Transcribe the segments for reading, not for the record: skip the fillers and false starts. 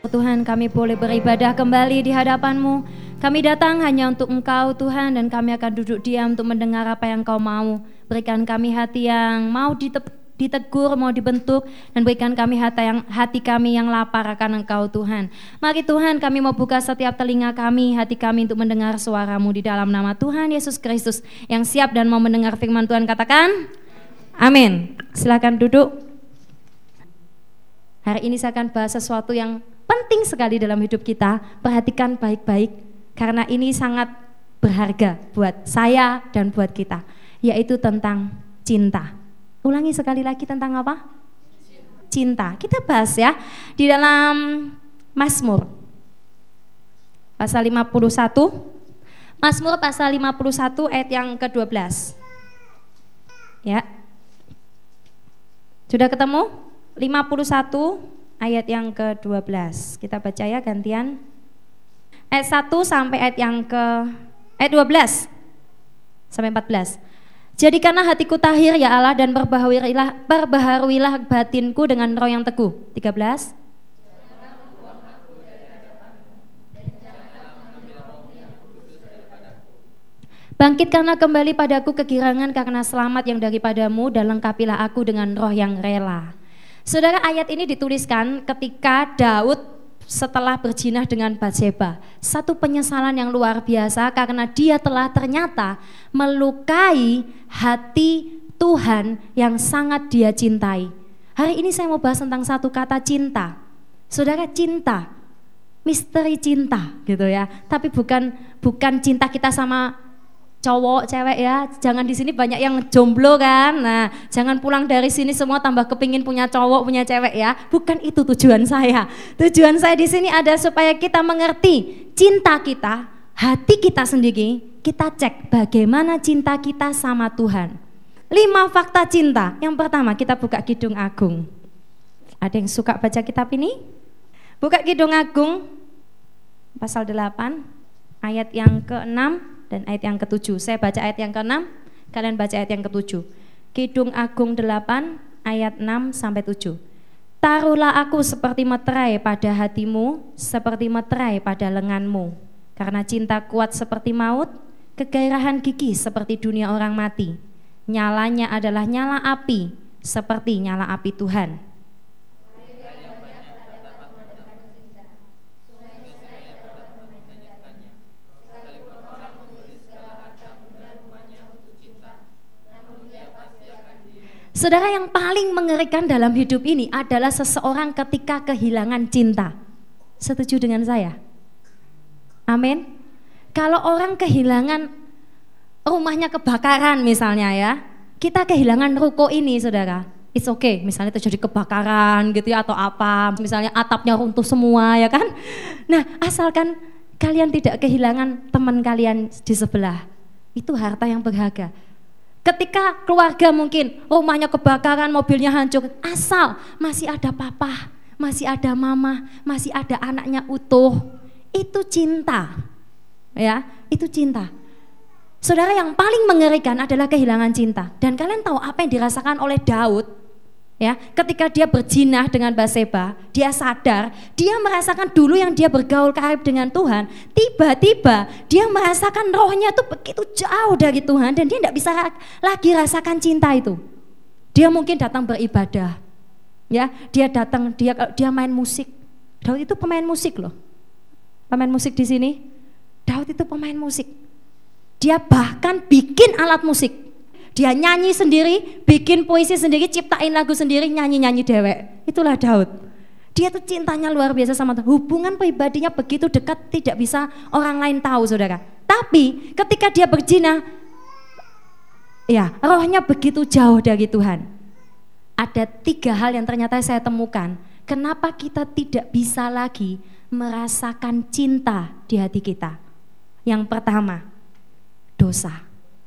Tuhan kami boleh beribadah kembali di hadapan-Mu. Kami datang hanya untuk Engkau Tuhan, dan kami akan duduk diam untuk mendengar apa yang Engkau mau. Berikan kami hati yang mau ditegur, mau dibentuk, dan berikan kami hati kami yang lapar akan Engkau Tuhan. Mari Tuhan, kami mau buka setiap telinga kami, hati kami untuk mendengar suara-Mu di dalam nama Tuhan Yesus Kristus. Yang siap dan mau mendengar firman Tuhan katakan amin. Silakan duduk. Hari ini saya akan bahas sesuatu yang penting sekali dalam hidup kita. Perhatikan baik-baik, karena ini sangat berharga buat saya dan buat kita, yaitu tentang cinta. Ulangi sekali lagi, tentang apa? Cinta. Kita bahas ya di dalam Mazmur pasal 51. Mazmur pasal 51 ayat yang ke-12. Ya. Sudah ketemu? 51 ayat yang ke-12. Kita baca ya gantian. Ayat 1 sampai ayat 12 sampai 14. Jadikanlah hatiku tahir ya Allah, dan perbaharuilah batinku dengan roh yang teguh. 13. Bangkitkanlah kembali padaku kegirangan karena selamat yang daripadamu, dan lengkapilah aku dengan roh yang rela. Saudara, ayat ini dituliskan ketika Daud setelah berzinah dengan Batseba. Satu penyesalan yang luar biasa karena dia telah ternyata melukai hati Tuhan yang sangat dia cintai. Hari ini saya mau bahas tentang satu kata, cinta. Saudara, cinta, misteri cinta gitu ya. Tapi bukan cinta kita sama cowok, cewek ya. Jangan di sini banyak yang jomblo kan. Nah, jangan pulang dari sini semua tambah kepingin punya cowok, punya cewek ya. Bukan itu tujuan saya. Tujuan saya di sini ada supaya kita mengerti cinta kita, hati kita sendiri. Kita cek bagaimana cinta kita sama Tuhan. 5 fakta cinta. Yang pertama, kita buka Kidung Agung. Ada yang suka baca kitab ini? Buka Kidung Agung pasal 8 ayat yang ke-6 dan ayat yang ke-7. Saya baca ayat yang ke-6, kalian baca ayat yang ke-7. Kidung Agung 8 ayat 6 sampai 7. Taruhlah aku seperti meterai pada hatimu, seperti meterai pada lenganmu. Karena cinta kuat seperti maut, kegairahan gigih seperti dunia orang mati. Nyalanya adalah nyala api, seperti nyala api Tuhan. Saudara, yang paling mengerikan dalam hidup ini adalah seseorang ketika kehilangan cinta. Setuju dengan saya? Amin. Kalau orang kehilangan rumahnya kebakaran misalnya ya, kita kehilangan ruko ini saudara, it's okay, misalnya terjadi kebakaran gitu ya atau apa, misalnya atapnya runtuh semua ya kan. Nah, asalkan kalian tidak kehilangan teman kalian di sebelah, itu harta yang berharga. Ketika keluarga mungkin rumahnya kebakaran, mobilnya hancur, asal masih ada papa, masih ada mama, masih ada anaknya utuh, itu cinta. Ya, itu cinta. Saudara, yang paling mengerikan adalah kehilangan cinta. Dan kalian tahu apa yang dirasakan oleh Daud? Ya, ketika dia berzinah dengan Batseba, dia sadar, dia merasakan dulu yang dia bergaul karib dengan Tuhan, tiba-tiba dia merasakan rohnya itu begitu jauh dari Tuhan dan dia tidak bisa lagi rasakan cinta itu. Dia mungkin datang beribadah, ya, dia datang, dia main musik. Daud itu pemain musik loh, pemain musik di sini. Daud itu pemain musik. Dia bahkan bikin alat musik. Dia nyanyi sendiri, bikin puisi sendiri, ciptain lagu sendiri, nyanyi-nyanyi dewek. Itulah Daud. Dia tuh cintanya luar biasa sama Tuhan. Hubungan pribadinya begitu dekat, tidak bisa orang lain tahu saudara. Tapi ketika dia berzina, ya rohnya begitu jauh dari Tuhan. Ada 3 hal yang ternyata saya temukan. Kenapa kita tidak bisa lagi merasakan cinta di hati kita? Yang pertama, dosa.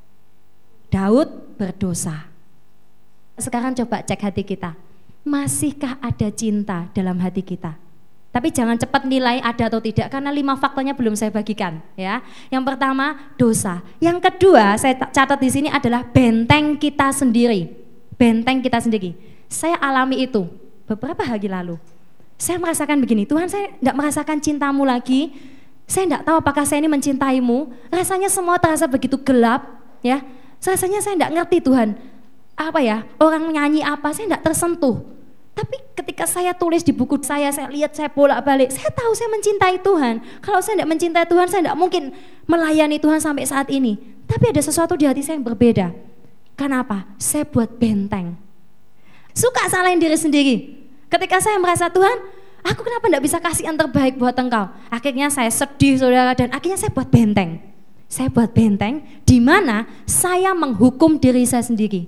Daud berdosa. Sekarang coba cek hati kita. Masihkah ada cinta dalam hati kita? Tapi jangan cepat nilai ada atau tidak, karena 5 faktanya belum saya bagikan ya. Yang pertama, dosa. Yang kedua, saya catat di sini adalah benteng kita sendiri. Benteng kita sendiri. Saya alami itu beberapa hari lalu. Saya merasakan begini, Tuhan saya tidak merasakan cintamu lagi, saya tidak tahu apakah saya ini mencintaimu, rasanya semua terasa begitu gelap, ya. Rasanya saya tidak ngerti Tuhan, apa ya, orang nyanyi apa, saya tidak tersentuh. Tapi ketika saya tulis di buku saya lihat, saya bolak-balik, saya tahu saya mencintai Tuhan. Kalau saya tidak mencintai Tuhan, saya tidak mungkin melayani Tuhan sampai saat ini. Tapi ada sesuatu di hati saya yang berbeda. Kenapa? Saya buat benteng. Suka salahin diri sendiri. Ketika saya merasa, Tuhan, aku kenapa tidak bisa kasih yang terbaik buat Engkau? Akhirnya saya sedih, saudara, dan akhirnya saya buat benteng. Saya buat benteng di mana saya menghukum diri saya sendiri.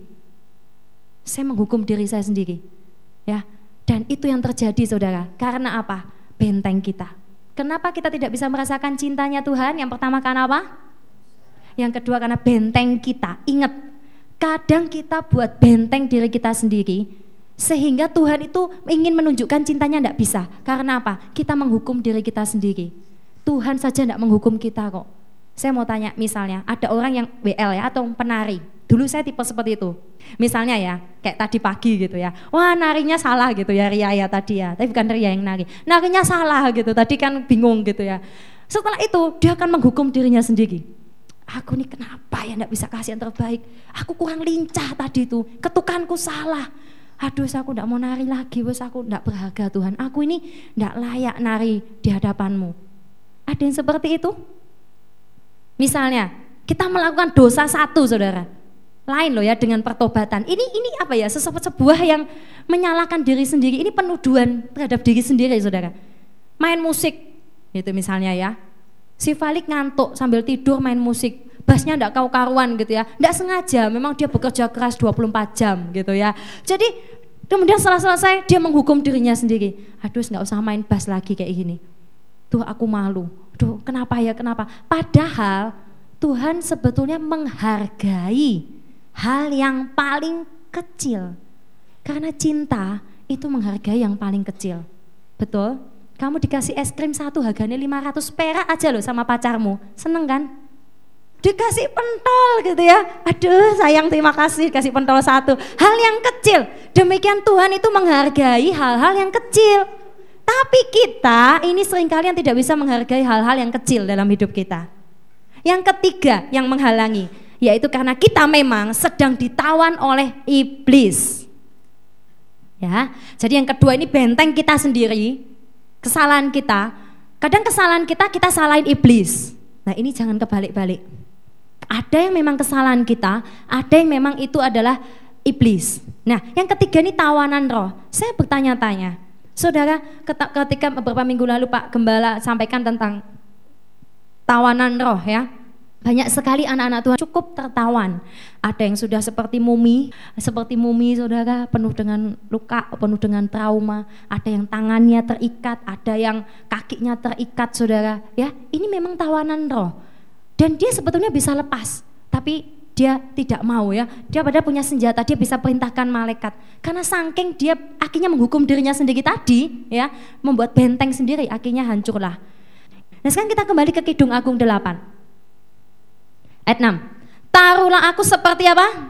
Saya menghukum diri saya sendiri. Ya, dan itu yang terjadi, saudara. Karena apa? Benteng kita. Kenapa kita tidak bisa merasakan cintanya Tuhan? Yang pertama karena apa? Yang kedua karena benteng kita. Ingat, kadang kita buat benteng diri kita sendiri, sehingga Tuhan itu ingin menunjukkan cintanya tidak bisa. Karena apa? Kita menghukum diri kita sendiri. Tuhan saja tidak menghukum kita kok. Saya mau tanya, misalnya ada orang yang WL ya, atau penari. Dulu saya tipe seperti itu. Misalnya ya, kayak tadi pagi gitu ya. Wah, narinya salah gitu ya, Ria ya tadi ya. Tapi bukan Ria yang nari. Narinya salah gitu. Tadi kan bingung gitu ya. Setelah itu dia akan menghukum dirinya sendiri. Aku nih kenapa ya enggak bisa kasih yang terbaik? Aku kurang lincah tadi itu. Ketukanku salah. Aduh, aku enggak mau nari lagi, wes aku enggak berharga Tuhan. Aku ini enggak layak nari di hadapanmu. Ada yang seperti itu? Misalnya, kita melakukan dosa satu, saudara. Lain loh ya dengan pertobatan. Ini apa ya? Sebuah yang menyalahkan diri sendiri. Ini penuduhan terhadap diri sendiri, saudara. Main musik, gitu misalnya ya. Si Falik ngantuk sambil tidur main musik. Bassnya enggak karu-karuan gitu ya. Enggak sengaja, memang dia bekerja keras 24 jam gitu ya. Jadi kemudian setelah selesai dia menghukum dirinya sendiri. Aduh, enggak usah main bass lagi kayak gini. Tuh aku malu. Duh, kenapa ya? Kenapa? Padahal Tuhan sebetulnya menghargai hal yang paling kecil. Karena cinta itu menghargai yang paling kecil. Betul? Kamu dikasih es krim satu harganya 500 perak aja loh sama pacarmu. Seneng kan? Dikasih pentol gitu ya. Aduh sayang, terima kasih kasih pentol satu. Hal yang kecil. Demikian Tuhan itu menghargai hal-hal yang kecil. Tapi kita ini seringkali yang tidak bisa menghargai hal-hal yang kecil dalam hidup kita. Yang ketiga yang menghalangi, yaitu karena kita memang sedang ditawan oleh iblis. Ya, jadi yang kedua ini benteng kita sendiri, kesalahan kita. Kadang kesalahan kita salahin iblis. Nah ini jangan kebalik-balik. Ada yang memang kesalahan kita, ada yang memang itu adalah iblis. Nah yang ketiga ini tawanan roh. Saya bertanya-tanya, saudara, ketika beberapa minggu lalu Pak Gembala sampaikan tentang tawanan roh ya. Banyak sekali anak-anak Tuhan cukup tertawan. Ada yang sudah seperti mumi saudara, penuh dengan luka, penuh dengan trauma. Ada yang tangannya terikat, ada yang kakinya terikat, saudara. Ya, ini memang tawanan roh. Dan dia sebetulnya bisa lepas, tapi dia tidak mau ya. Dia padahal punya senjata, dia bisa perintahkan malaikat. Karena saking dia akhirnya menghukum dirinya sendiri tadi, ya, membuat benteng sendiri, akhirnya hancurlah. Nah sekarang kita kembali ke Kidung Agung 8. Ayat 6. Taruhlah aku seperti apa?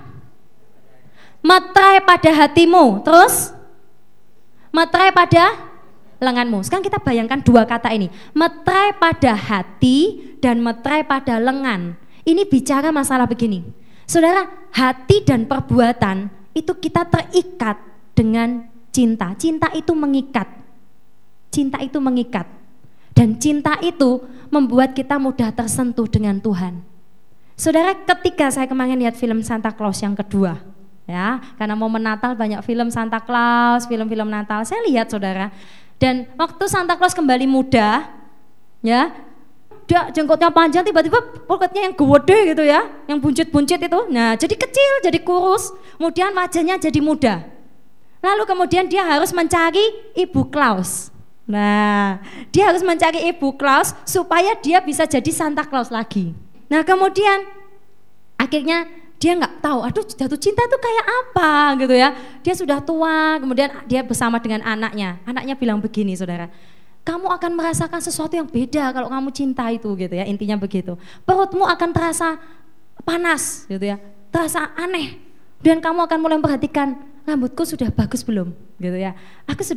Meterai pada hatimu. Terus? Meterai pada lenganmu. Sekarang kita bayangkan dua kata ini. Meterai pada hati dan meterai pada lengan. Ini bicara masalah begini. Saudara, hati dan perbuatan itu kita terikat dengan cinta. Cinta itu mengikat. Cinta itu mengikat. Dan cinta itu membuat kita mudah tersentuh dengan Tuhan. Saudara, ketika saya kemarin lihat film Santa Claus yang kedua, ya, karena momen Natal banyak film Santa Claus, film-film Natal. Saya lihat, saudara, dan waktu Santa Claus kembali muda, ya, dia jenggotnya panjang, tiba-tiba pokoknya yang gede gitu ya, yang buncit-buncit itu. Nah, jadi kecil, jadi kurus, kemudian wajahnya jadi muda. Lalu kemudian dia harus mencari Ibu Claus. Nah, dia harus mencari Ibu Claus supaya dia bisa jadi Santa Claus lagi. Nah kemudian akhirnya dia nggak tahu, aduh jatuh cinta itu kayak apa gitu ya. Dia sudah tua, kemudian dia bersama dengan anaknya. Anaknya bilang begini, saudara, kamu akan merasakan sesuatu yang beda kalau kamu cinta itu gitu ya, intinya begitu. Perutmu akan terasa panas gitu ya, terasa aneh. Dan kamu akan mulai memperhatikan, rambutku sudah bagus belum gitu ya. Aku sudah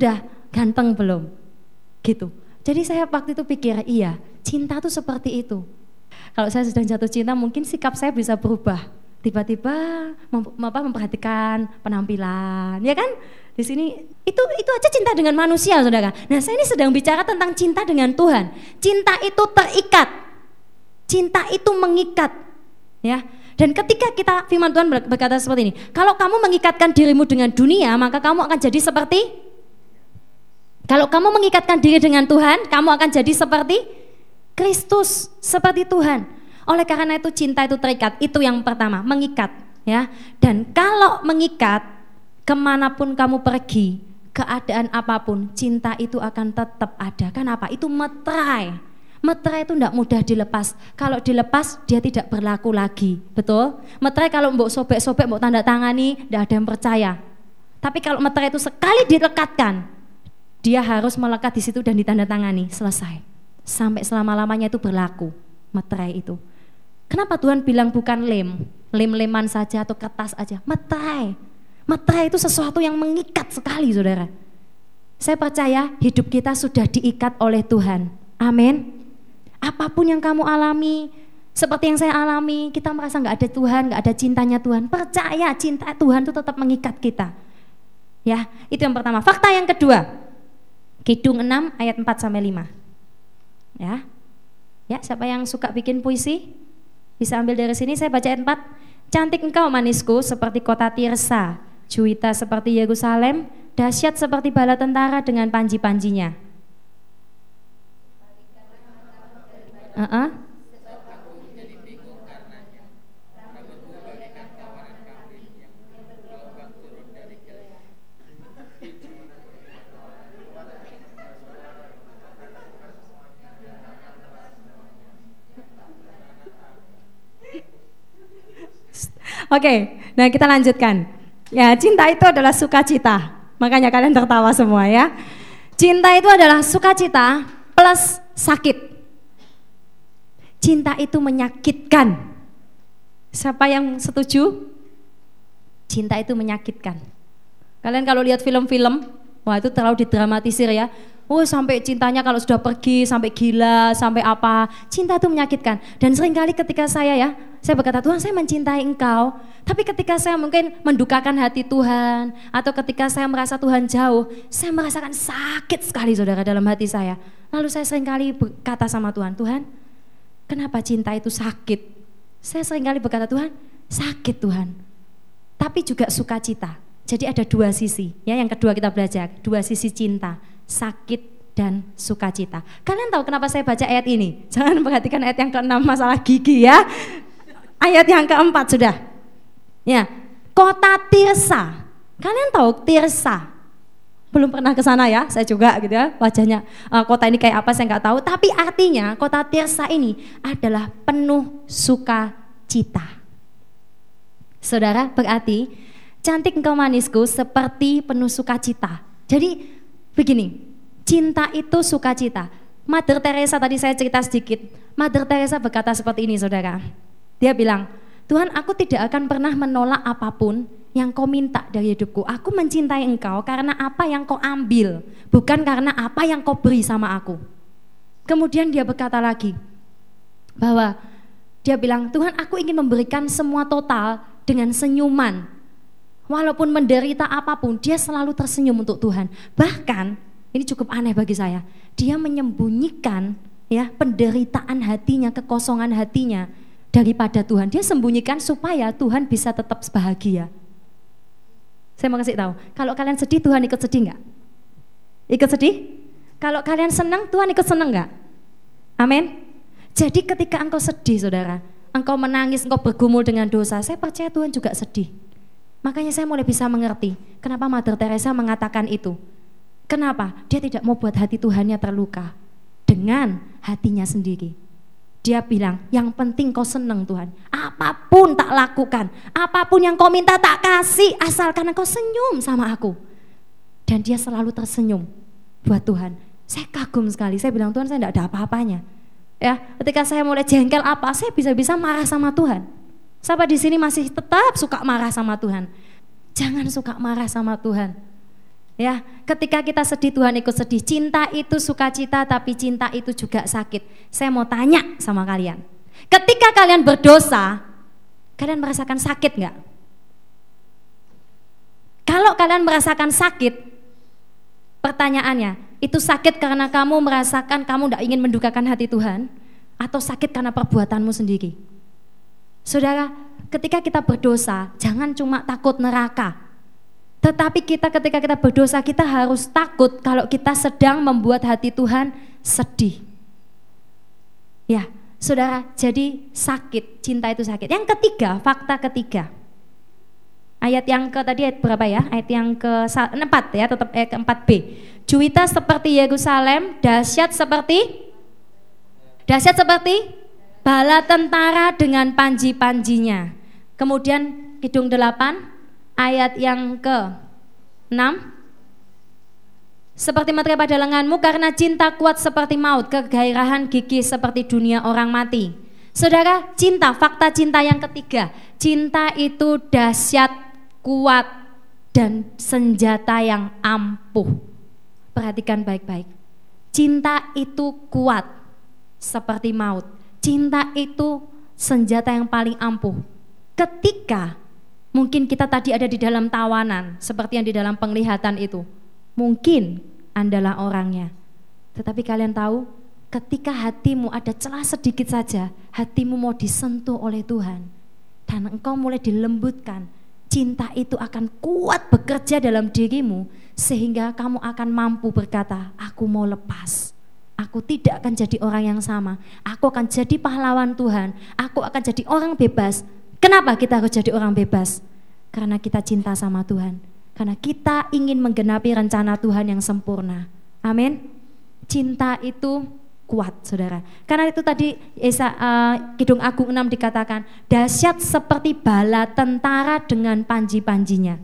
ganteng belum? Gitu. Jadi saya waktu itu pikir, iya, cinta tuh seperti itu. Kalau saya sedang jatuh cinta, mungkin sikap saya bisa berubah. Tiba-tiba memperhatikan penampilan, ya kan? Di sini itu aja cinta dengan manusia, saudara. Nah, saya ini sedang bicara tentang cinta dengan Tuhan. Cinta itu terikat, cinta itu mengikat, ya. Dan ketika kita, firman Tuhan berkata seperti ini, kalau kamu mengikatkan dirimu dengan dunia, maka kamu akan jadi seperti. Kalau kamu mengikatkan diri dengan Tuhan, kamu akan jadi seperti Kristus, seperti Tuhan. Oleh karena itu cinta itu terikat, itu yang pertama, mengikat, ya. Dan kalau mengikat, kemanapun kamu pergi, keadaan apapun, cinta itu akan tetap ada. Kenapa? Itu meterai. Meterai itu tidak mudah dilepas. Kalau dilepas, dia tidak berlaku lagi, betul? Meterai kalau mbok sobek-sobek, mbok tanda tangani, tidak ada yang percaya. Tapi kalau meterai itu sekali dilekatkan, dia harus melekat di situ dan ditandatangani, selesai. Sampai selama-lamanya itu berlaku, meterai itu. Kenapa Tuhan bilang bukan lem-leman saja atau kertas aja, meterai. Meterai itu sesuatu yang mengikat sekali, saudara. Saya percaya hidup kita sudah diikat oleh Tuhan. Amin. Apapun yang kamu alami, seperti yang saya alami, kita merasa nggak ada Tuhan, nggak ada cintanya Tuhan. Percaya cinta Tuhan itu tetap mengikat kita. Ya, itu yang pertama. Fakta yang kedua. Kidung 6 ayat 4-5. Ya. Ya, siapa yang suka bikin puisi? Bisa ambil dari sini, saya baca ayat 4. Cantik engkau manisku seperti kota Tirsa, Juwita seperti Yerusalem, dahsyat seperti bala tentara dengan panji-panjinya. Oke, nah kita lanjutkan. Ya, cinta itu adalah sukacita. Makanya kalian tertawa semua ya. Cinta itu adalah sukacita plus sakit. Cinta itu menyakitkan. Siapa yang setuju? Cinta itu menyakitkan. Kalian kalau lihat film-film, wah itu terlalu didramatisir ya. Oh sampai cintanya kalau sudah pergi sampai gila, sampai apa. Cinta itu menyakitkan. Dan seringkali ketika saya berkata Tuhan saya mencintai engkau. Tapi ketika saya mungkin mendukakan hati Tuhan, atau ketika saya merasa Tuhan jauh, saya merasakan sakit sekali saudara dalam hati saya. Lalu saya seringkali berkata sama Tuhan, Tuhan kenapa cinta itu sakit? Saya seringkali berkata Tuhan sakit Tuhan. Tapi juga sukacita. Jadi ada dua sisi ya. Yang kedua kita belajar, dua sisi cinta. Sakit dan sukacita. Kalian tahu kenapa saya baca ayat ini? Jangan perhatikan ayat yang ke-6 masalah gigi ya. Ayat yang ke-4 sudah. Ya, kota Tirsa. Kalian tahu Tirsa? Belum pernah ke sana ya, saya juga gitu ya. Wajahnya kota ini kayak apa saya nggak tahu. Tapi artinya kota Tirsa ini adalah penuh sukacita. Saudara, berarti cantik engkau manisku seperti penuh sukacita. Jadi begini, cinta itu sukacita. Mother Teresa tadi saya cerita sedikit. Mother Teresa berkata seperti ini saudara. Dia bilang, Tuhan aku tidak akan pernah menolak apapun yang kau minta dari hidupku. Aku mencintai engkau karena apa yang kau ambil, bukan karena apa yang kau beri sama aku. Kemudian dia berkata lagi, bahwa dia bilang, Tuhan aku ingin memberikan semua total dengan senyuman. Walaupun menderita apapun, dia selalu tersenyum untuk Tuhan. Bahkan, ini cukup aneh bagi saya, dia menyembunyikan ya penderitaan hatinya, kekosongan hatinya daripada Tuhan. Dia sembunyikan supaya Tuhan bisa tetap bahagia. Saya mau kasih tahu, kalau kalian sedih, Tuhan ikut sedih enggak? Ikut sedih? Kalau kalian senang, Tuhan ikut senang enggak? Amin. Jadi ketika engkau sedih saudara, engkau menangis, engkau bergumul dengan dosa, saya percaya Tuhan juga sedih. Makanya saya mulai bisa mengerti kenapa Mother Teresa mengatakan itu. Kenapa? Dia tidak mau buat hati Tuhannya terluka dengan hatinya sendiri. Dia bilang, yang penting kau senang Tuhan. Apapun tak lakukan, apapun yang kau minta tak kasih, asalkan engkau senyum sama aku. Dan dia selalu tersenyum buat Tuhan. Saya kagum sekali, saya bilang Tuhan saya tidak ada apa-apanya. Ya, ketika saya mulai jengkel apa, saya bisa-bisa marah sama Tuhan. Siapa di sini masih tetap suka marah sama Tuhan? Jangan suka marah sama Tuhan. Ya, ketika kita sedih Tuhan ikut sedih. Cinta itu sukacita, tapi cinta itu juga sakit. Saya mau tanya sama kalian. Ketika kalian berdosa, kalian merasakan sakit enggak? Kalau kalian merasakan sakit, pertanyaannya, itu sakit karena kamu merasakan kamu tidak ingin mendukakan hati Tuhan, atau sakit karena perbuatanmu sendiri? Saudara, ketika kita berdosa, jangan cuma takut neraka. Tetapi ketika kita berdosa, kita harus takut kalau kita sedang membuat hati Tuhan sedih. Ya, saudara, jadi sakit, cinta itu sakit. Yang ketiga, fakta ketiga. Ayat yang tadi ayat berapa ya? Ayat yang ke-4 ya, tetap ayat ke-4b. Juwita seperti Yerusalem, dahsyat seperti bala tentara dengan panji-panjinya. Kemudian Kidung 8 ayat yang ke-6. Seperti materai pada lenganmu, karena cinta kuat seperti maut, kegairahan gigih seperti dunia orang mati. Saudara, cinta, fakta cinta yang ketiga. Cinta itu dahsyat, kuat, dan senjata yang ampuh. Perhatikan baik-baik. Cinta itu kuat seperti maut. Cinta itu senjata yang paling ampuh. Ketika mungkin kita tadi ada di dalam tawanan, seperti yang di dalam penglihatan itu. Mungkin Andalah orangnya. Tetapi kalian tahu, ketika hatimu ada celah sedikit saja, hatimu mau disentuh oleh Tuhan, dan engkau mulai dilembutkan, cinta itu akan kuat bekerja dalam dirimu, sehingga kamu akan mampu berkata, aku mau lepas. Aku tidak akan jadi orang yang sama. Aku akan jadi pahlawan Tuhan. Aku akan jadi orang bebas. Kenapa kita harus jadi orang bebas? Karena kita cinta sama Tuhan. Karena kita ingin menggenapi rencana Tuhan yang sempurna. Amin. Cinta itu kuat, saudara. Karena itu tadi Kidung Agung 6 dikatakan, dahsyat seperti bala tentara dengan panji-panjinya.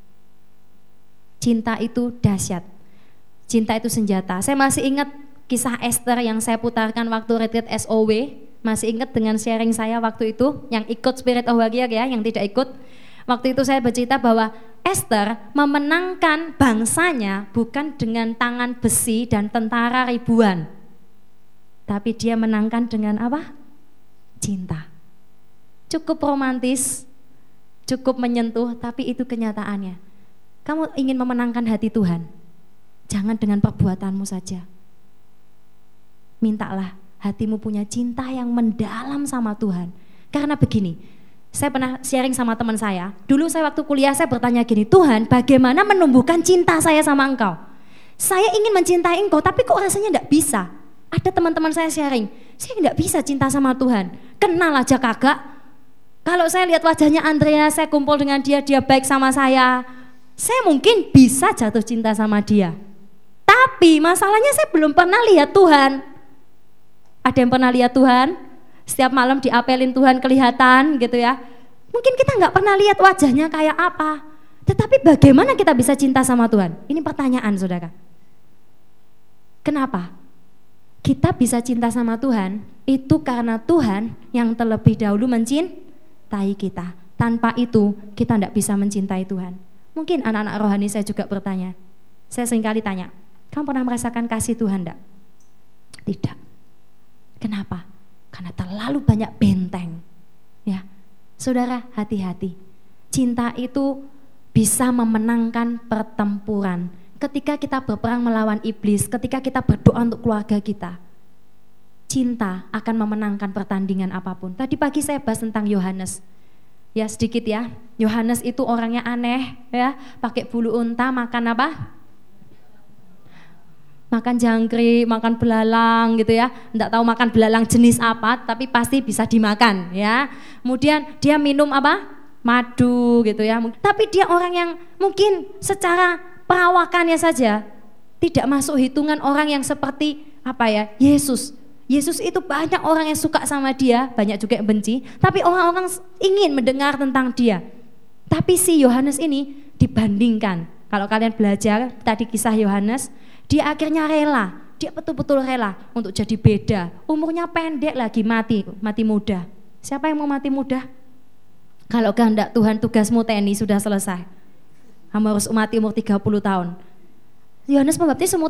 Cinta itu dahsyat. Cinta itu senjata. Saya masih ingat kisah Esther yang saya putarkan waktu retreat SOW. Masih ingat dengan sharing saya waktu itu, yang ikut Spirit of Warrior ya, yang tidak ikut. Waktu itu saya bercerita bahwa Esther memenangkan bangsanya bukan dengan tangan besi dan tentara ribuan, tapi dia menangkan dengan apa? Cinta. Cukup romantis, cukup menyentuh, tapi itu kenyataannya. Kamu ingin memenangkan hati Tuhan, jangan dengan perbuatanmu saja. Mintalah hatimu punya cinta yang mendalam sama Tuhan. Karena begini, saya pernah sharing sama teman saya. Dulu saya waktu kuliah saya bertanya gini, Tuhan bagaimana menumbuhkan cinta saya sama Engkau? Saya ingin mencintai Engkau tapi kok rasanya enggak bisa. Ada teman-teman saya sharing, saya enggak bisa cinta sama Tuhan. Kenal aja kagak. Kalau saya lihat wajahnya Andrea, saya kumpul dengan dia, dia baik sama saya mungkin bisa jatuh cinta sama dia. Tapi masalahnya saya belum pernah lihat Tuhan. Ada yang pernah lihat Tuhan? Setiap malam diapelin Tuhan kelihatan gitu ya. Mungkin kita nggak pernah lihat wajahnya kayak apa. Tetapi bagaimana kita bisa cinta sama Tuhan? Ini pertanyaan saudara. Kenapa? Kita bisa cinta sama Tuhan itu karena Tuhan yang terlebih dahulu mencintai kita. Tanpa itu kita nggak bisa mencintai Tuhan. Mungkin anak-anak rohani saya juga bertanya. Saya seringkali tanya, kamu pernah merasakan kasih Tuhan enggak? Tidak. Kenapa? Karena terlalu banyak benteng. Ya, saudara, hati-hati. Cinta itu bisa memenangkan pertempuran. Ketika kita berperang melawan iblis, ketika kita berdoa untuk keluarga kita, cinta akan memenangkan pertandingan apapun. Tadi pagi saya bahas tentang Yohanes. Ya sedikit ya. Yohanes itu orangnya aneh, ya, pakai bulu unta, makan apa? Makan jangkrik, makan belalang gitu ya. Enggak tahu makan belalang jenis apa, tapi pasti bisa dimakan ya. Kemudian dia minum apa? Madu gitu ya. Tapi dia orang yang mungkin secara perawakannya saja tidak masuk hitungan orang yang seperti apa ya? Yesus. Yesus itu banyak orang yang suka sama dia, banyak juga yang benci, tapi orang-orang ingin mendengar tentang dia. Tapi si Yohanes ini dibandingkan, kalau kalian belajar tadi kisah Yohanes, dia akhirnya rela, dia betul-betul rela untuk jadi beda. Umurnya pendek lagi mati muda. Siapa yang mau mati muda? Kalau kehendak Tuhan tugasmu TNI sudah selesai. Kamu harus mati umur 30 tahun. Yohanes Pembaptis umur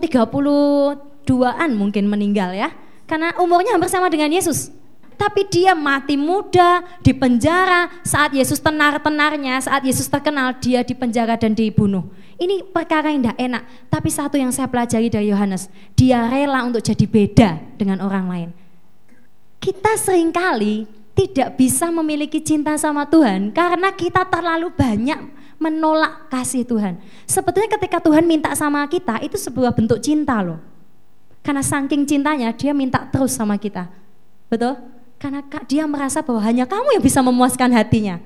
32-an mungkin meninggal ya. Karena umurnya hampir sama dengan Yesus. Tapi dia mati muda, di penjara, saat Yesus tenar-tenarnya, saat Yesus terkenal, dia di penjara dan dibunuh. Ini perkara yang tidak enak. Tapi satu yang saya pelajari dari Yohanes, dia rela untuk jadi beda dengan orang lain. Kita seringkali tidak bisa memiliki cinta sama Tuhan karena kita terlalu banyak menolak kasih Tuhan. Sebetulnya ketika Tuhan minta sama kita, itu sebuah bentuk cinta loh. Karena saking cintanya, dia minta terus sama kita. Betul? Karena dia merasa bahwa hanya kamu yang bisa memuaskan hatinya.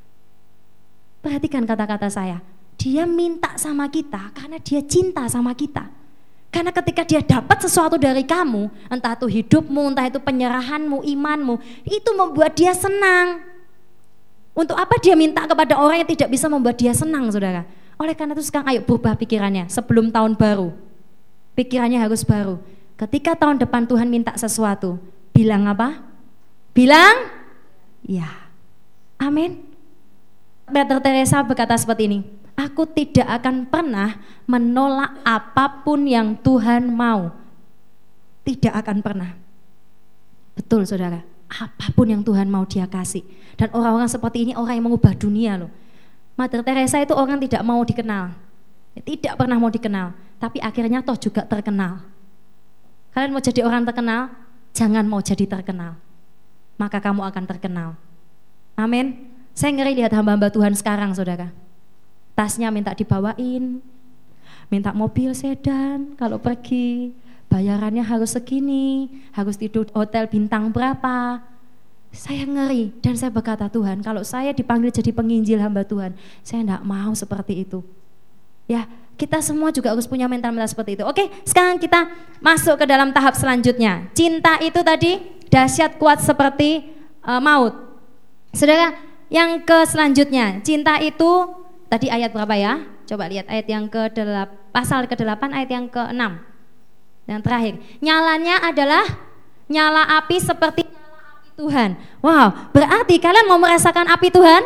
Perhatikan kata-kata saya. Dia minta sama kita karena dia cinta sama kita. Karena ketika dia dapat sesuatu dari kamu, entah itu hidupmu, entah itu penyerahanmu, imanmu, itu membuat dia senang. Untuk apa dia minta kepada orang yang tidak bisa membuat dia senang, saudara? Oleh karena itu sekarang ayo berubah pikirannya sebelum tahun baru. Pikirannya harus baru. Ketika tahun depan Tuhan minta sesuatu, bilang apa? Bilang ya. Amin. Mother Teresa berkata seperti ini, aku tidak akan pernah menolak apapun yang Tuhan mau. Tidak akan pernah. Betul saudara, apapun yang Tuhan mau dia kasih. Dan orang-orang seperti ini orang yang mengubah dunia loh. Mother Teresa itu orang tidak mau dikenal. Tidak pernah mau dikenal. Tapi akhirnya toh juga terkenal. Kalian mau jadi orang terkenal? Jangan mau jadi terkenal. Maka kamu akan terkenal. Amin. Saya ngeri lihat hamba-hamba Tuhan sekarang saudara. Tasnya minta dibawain, minta mobil sedan kalau pergi, bayarannya harus segini, harus tidur hotel bintang berapa. Saya ngeri dan saya berkata, Tuhan, kalau saya dipanggil jadi penginjil hamba Tuhan, saya tidak mau seperti itu. Ya, kita semua juga harus punya mental-mental seperti itu. Oke, sekarang kita masuk ke dalam tahap selanjutnya. Cinta itu tadi dahsyat kuat seperti maut. Saudara, yang ke selanjutnya, cinta itu tadi ayat berapa ya? Coba lihat ayat yang ke-8, pasal ke-8 ayat yang ke-6. Yang terakhir, nyalanya adalah nyala api seperti nyala api Tuhan. Wow, berarti kalian mau merasakan api Tuhan?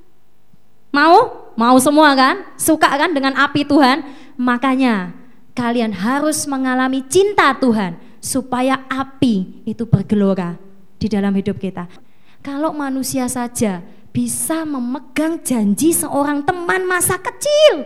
Mau? Mau semua kan? Suka kan dengan api Tuhan? Makanya kalian harus mengalami cinta Tuhan supaya api itu bergelora di dalam hidup kita. Kalau manusia saja bisa memegang janji seorang teman masa kecil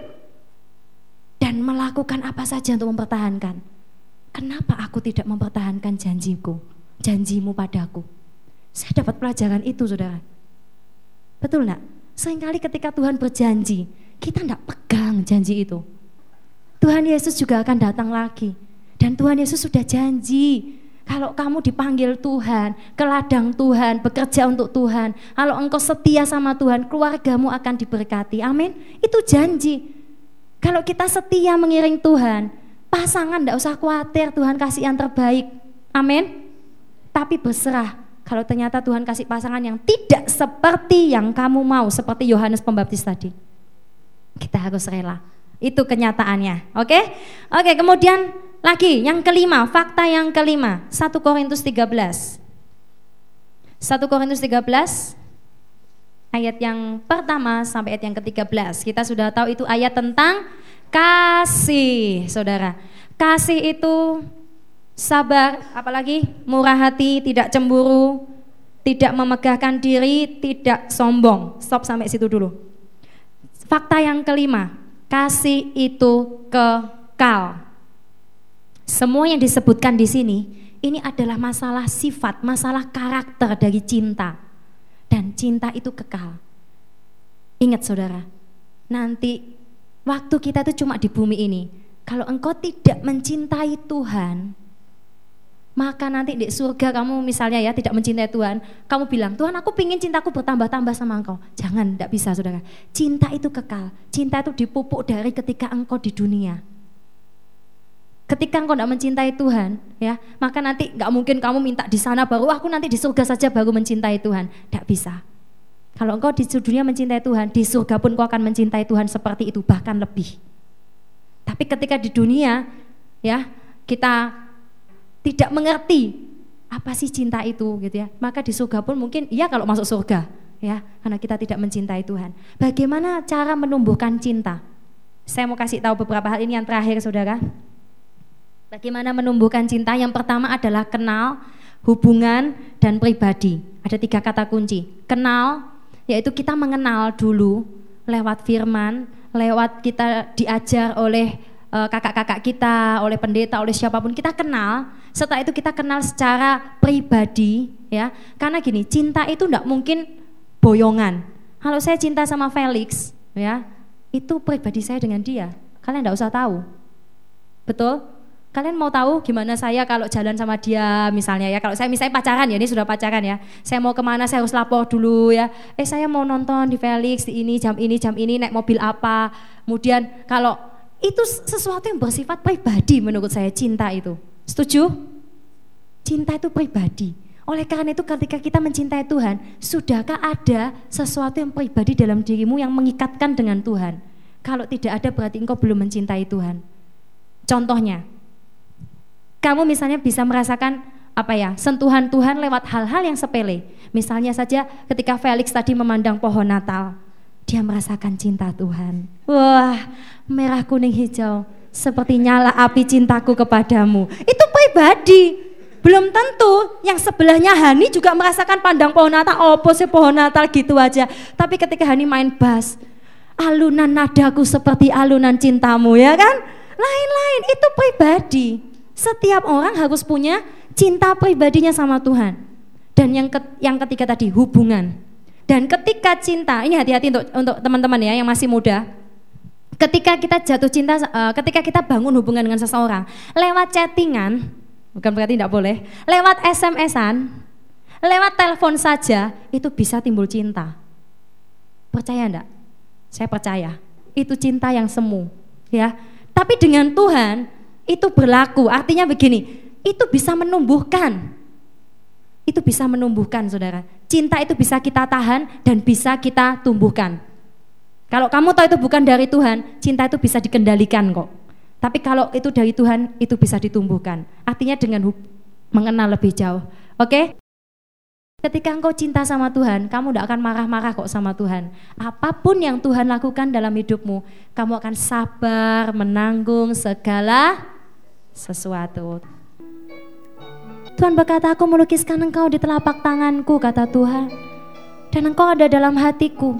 dan melakukan apa saja untuk mempertahankan, kenapa aku tidak mempertahankan janjimu padaku? Saya dapat pelajaran itu saudara. Betul enggak? Seringkali ketika Tuhan berjanji, kita enggak pegang janji itu. Tuhan Yesus juga akan datang lagi. Dan Tuhan Yesus sudah janji, kalau kamu dipanggil Tuhan, ke ladang Tuhan, bekerja untuk Tuhan, kalau engkau setia sama Tuhan, keluargamu akan diberkati. Amin. Itu janji. Kalau kita setia mengiring Tuhan, pasangan enggak usah khawatir, Tuhan kasih yang terbaik. Amin. Tapi berserah kalau ternyata Tuhan kasih pasangan yang tidak seperti yang kamu mau, seperti Yohanes Pembaptis tadi. Kita harus rela. Itu kenyataannya. Oke, kemudian lagi yang kelima, fakta yang kelima, 1 Korintus 13. 1 Korintus 13 ayat yang pertama sampai ayat yang ke-13. Kita sudah tahu itu ayat tentang kasih, saudara. Kasih itu sabar, apalagi murah hati, tidak cemburu, tidak memegahkan diri, tidak sombong. Stop sampai situ dulu. Fakta yang kelima, kasih itu kekal. Semua yang disebutkan di sini, ini adalah masalah sifat, masalah karakter dari cinta. Dan cinta itu kekal. Ingat saudara, nanti waktu kita itu cuma di bumi ini. Kalau engkau tidak mencintai Tuhan, maka nanti di surga kamu misalnya ya tidak mencintai Tuhan, kamu bilang, Tuhan aku pingin cintaku bertambah-tambah sama engkau. Jangan, tidak bisa saudara. Cinta itu kekal. Cinta itu dipupuk dari ketika engkau di dunia. Ketika engkau tidak mencintai Tuhan, ya, maka nanti nggak mungkin kamu minta di sana baru aku nanti di surga saja baru mencintai Tuhan. Tidak bisa. Kalau engkau di dunia mencintai Tuhan, di surga pun kau akan mencintai Tuhan seperti itu, bahkan lebih. Tapi ketika di dunia, ya, kita tidak mengerti apa sih cinta itu, gitu ya. Maka di surga pun mungkin, iya kalau masuk surga, ya, karena kita tidak mencintai Tuhan. Bagaimana cara menumbuhkan cinta? Saya mau kasih tahu beberapa hal ini yang terakhir, saudara. Bagaimana menumbuhkan cinta? Yang pertama adalah kenal, hubungan, dan pribadi. Ada 3 kata kunci. Kenal, yaitu kita mengenal dulu lewat firman, lewat kita diajar oleh kakak-kakak kita, oleh pendeta, oleh siapapun, kita kenal. Setelah itu kita kenal secara pribadi, ya. Karena gini, cinta itu enggak mungkin boyongan. Kalau saya cinta sama Felix, ya, itu pribadi saya dengan dia. Kalian enggak usah tahu. Betul? Kalian mau tahu gimana saya kalau jalan sama dia misalnya ya. Kalau saya misalnya pacaran ya, ini sudah pacaran ya. Saya mau kemana saya harus lapor dulu ya. Saya mau nonton di Felix di ini, jam ini, naik mobil apa. Kemudian kalau itu sesuatu yang bersifat pribadi menurut saya cinta itu. Setuju? Cinta itu pribadi. Oleh karena itu ketika kita mencintai Tuhan, sudahkah ada sesuatu yang pribadi dalam dirimu yang mengikatkan dengan Tuhan? Kalau tidak ada berarti engkau belum mencintai Tuhan. Contohnya, kamu misalnya bisa merasakan sentuhan Tuhan lewat hal-hal yang sepele. Misalnya saja ketika Felix tadi memandang pohon Natal, dia merasakan cinta Tuhan. Wah, merah kuning hijau, seperti nyala api cintaku kepadamu. Itu pribadi. Belum tentu yang sebelahnya Hani juga merasakan pandang pohon Natal, sih pohon Natal gitu aja. Tapi ketika Hani main bass, alunan nadaku seperti alunan cintamu, ya kan? Lain-lain, itu pribadi. Setiap orang harus punya cinta pribadinya sama Tuhan. Dan yang ketiga tadi, hubungan. Dan ketika cinta, ini hati-hati untuk teman-teman ya yang masih muda. Ketika kita jatuh cinta, ketika kita bangun hubungan dengan seseorang lewat chattingan, bukan berarti tidak boleh, lewat SMS-an, lewat telepon saja, itu bisa timbul cinta. Percaya enggak? Saya percaya. Itu cinta yang semu, ya. Tapi dengan Tuhan itu berlaku, artinya begini, itu bisa menumbuhkan. Itu bisa menumbuhkan, saudara. Cinta itu bisa kita tahan dan bisa kita tumbuhkan. Kalau kamu tahu itu bukan dari Tuhan, cinta itu bisa dikendalikan kok. Tapi kalau itu dari Tuhan, itu bisa ditumbuhkan. Artinya dengan mengenal lebih jauh. Oke? Ketika engkau cinta sama Tuhan, kamu tidak akan marah-marah kok sama Tuhan. Apapun yang Tuhan lakukan dalam hidupmu, kamu akan sabar menanggung segala sesuatu. Tuhan berkata, aku melukiskan engkau di telapak tanganku, kata Tuhan. Dan engkau ada dalam hatiku.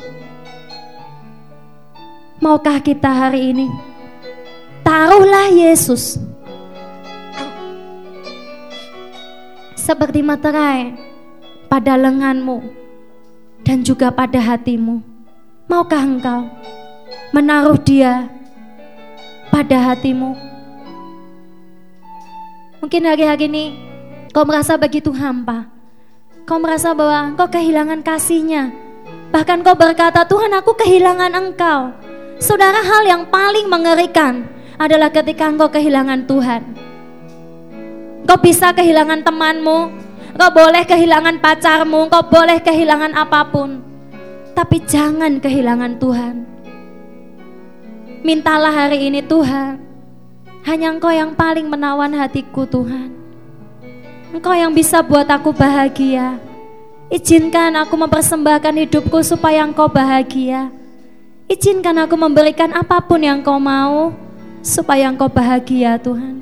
Maukah kita hari ini taruhlah Yesus seperti materai pada lenganmu dan juga pada hatimu. Maukah engkau menaruh Dia pada hatimu? Mungkin hari-hari ini kau merasa begitu hampa. Kau merasa bahwa kau kehilangan kasih-Nya. Bahkan kau berkata, Tuhan, aku kehilangan Engkau. Saudara, hal yang paling mengerikan adalah ketika engkau kehilangan Tuhan. Kau bisa kehilangan temanmu, kau boleh kehilangan pacarmu, kau boleh kehilangan apapun, tapi jangan kehilangan Tuhan. Mintalah hari ini, Tuhan, hanya Engkau yang paling menawan hatiku, Tuhan. Engkau yang bisa buat aku bahagia. Izinkan aku mempersembahkan hidupku supaya Engkau bahagia. Izinkan aku memberikan apapun yang Kau mau supaya Engkau bahagia, Tuhan.